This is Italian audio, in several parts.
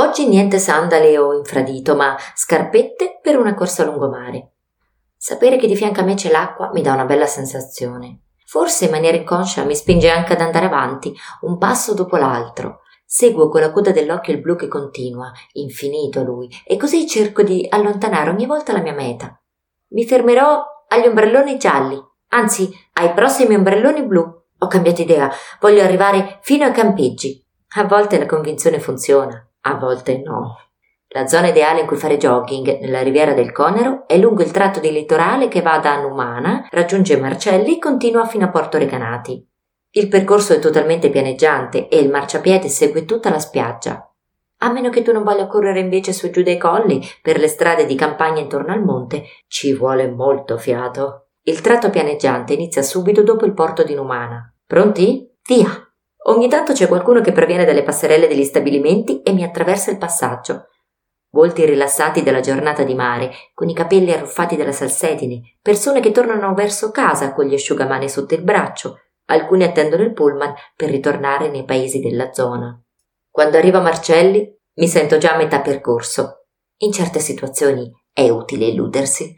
Oggi niente sandali o infradito, ma scarpette per una corsa a lungomare. Sapere che di fianco a me c'è l'acqua mi dà una bella sensazione. Forse in maniera inconscia mi spinge anche ad andare avanti, un passo dopo l'altro. Seguo con la coda dell'occhio il blu che continua, infinito lui, e così cerco di allontanare ogni volta la mia meta. Mi fermerò agli ombrelloni gialli, anzi ai prossimi ombrelloni blu. Ho cambiato idea, voglio arrivare fino ai campeggi. A volte la convinzione funziona, a volte no. La zona ideale in cui fare jogging nella riviera del Conero è lungo il tratto di litorale che va da Numana, raggiunge Marcelli e continua fino a Porto Recanati. Il percorso è totalmente pianeggiante e il marciapiede segue tutta la spiaggia. A meno che tu non voglia correre invece su e giù dei colli, per le strade di campagna intorno al monte, ci vuole molto fiato. Il tratto pianeggiante inizia subito dopo il porto di Numana. Pronti? Via! Ogni tanto c'è qualcuno che proviene dalle passerelle degli stabilimenti e mi attraversa il passaggio. Volti rilassati dalla giornata di mare, con i capelli arruffati dalla salsedine, persone che tornano verso casa con gli asciugamani sotto il braccio, alcuni attendono il pullman per ritornare nei paesi della zona. Quando arrivo a Marcelli mi sento già a metà percorso. In certe situazioni è utile illudersi.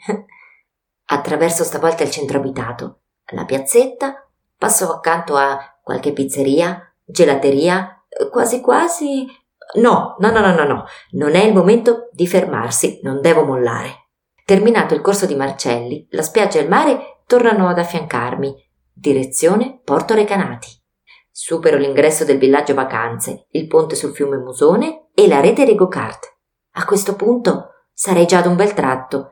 Attraverso stavolta il centro abitato, la piazzetta, passo accanto a qualche pizzeria, gelateria, quasi quasi... No, non è il momento di fermarsi, non devo mollare. Terminato il corso di Marcelli, la spiaggia e il mare tornano ad affiancarmi. Direzione Porto Recanati. Supero l'ingresso del villaggio vacanze, il ponte sul fiume Musone e la rete dei go-kart. A questo punto sarei già ad un bel tratto.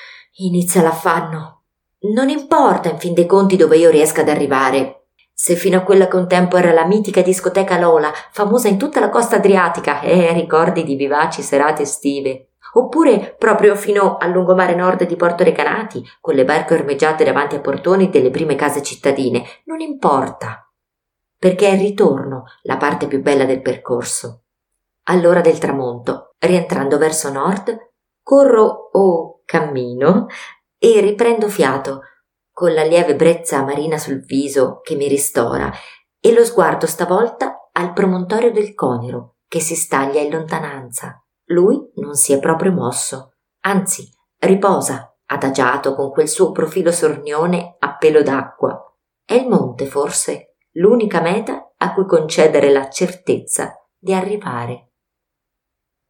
Inizia l'affanno. Non importa in fin dei conti dove io riesca ad arrivare. Se fino a quella che un tempo era la mitica discoteca Lola, famosa in tutta la costa adriatica, ricordi di vivaci serate estive. Oppure proprio fino al lungomare nord di Porto Recanati, con le barche ormeggiate davanti a portoni delle prime case cittadine. Non importa, perché è il ritorno la parte più bella del percorso. All'ora del tramonto, rientrando verso nord, corro o cammino e riprendo fiato, con la lieve brezza marina sul viso che mi ristora e lo sguardo stavolta al promontorio del Conero che si staglia in lontananza. Lui non si è proprio mosso, anzi riposa, adagiato con quel suo profilo sornione a pelo d'acqua. È il monte forse, l'unica meta a cui concedere la certezza di arrivare.